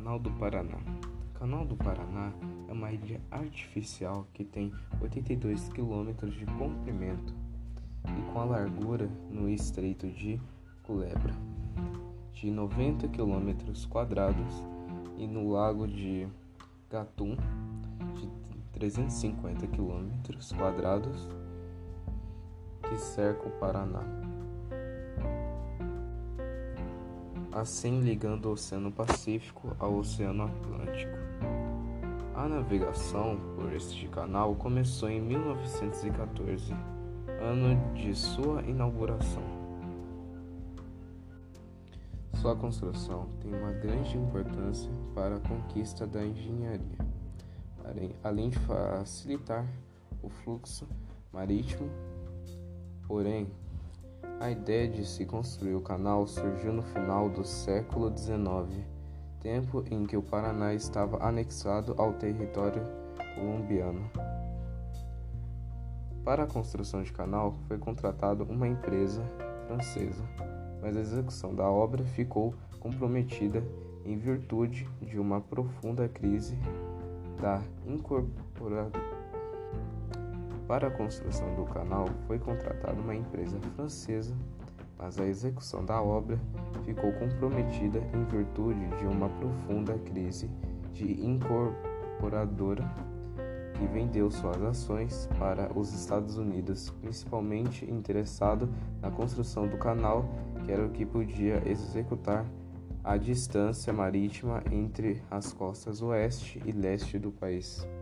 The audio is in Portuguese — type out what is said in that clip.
Canal do Paraná. O Canal do Paraná é uma ilha artificial que tem 82 quilômetros de comprimento e com a largura no Estreito de Culebra de 90 quilômetros quadrados e no Lago de Gatun de 350 quilômetros quadrados que cerca o Paraná, assim ligando o Oceano Pacífico ao Oceano Atlântico. A navegação por este canal começou em 1914, ano de sua inauguração. Sua construção tem uma grande importância para a conquista da engenharia, além de facilitar o fluxo marítimo. Porém, a ideia de se construir o canal surgiu no final do século XIX, tempo em que o Paraná estava anexado ao território colombiano. Para a construção de canal foi contratada uma empresa francesa, mas a execução da obra ficou comprometida em virtude de uma profunda crise da incorporação. Para a construção do canal foi contratada uma empresa francesa, mas a execução da obra ficou comprometida em virtude de uma profunda crise de incorporadora que vendeu suas ações para os Estados Unidos, principalmente interessado na construção do canal, que era o que podia executar a distância marítima entre as costas oeste e leste do país.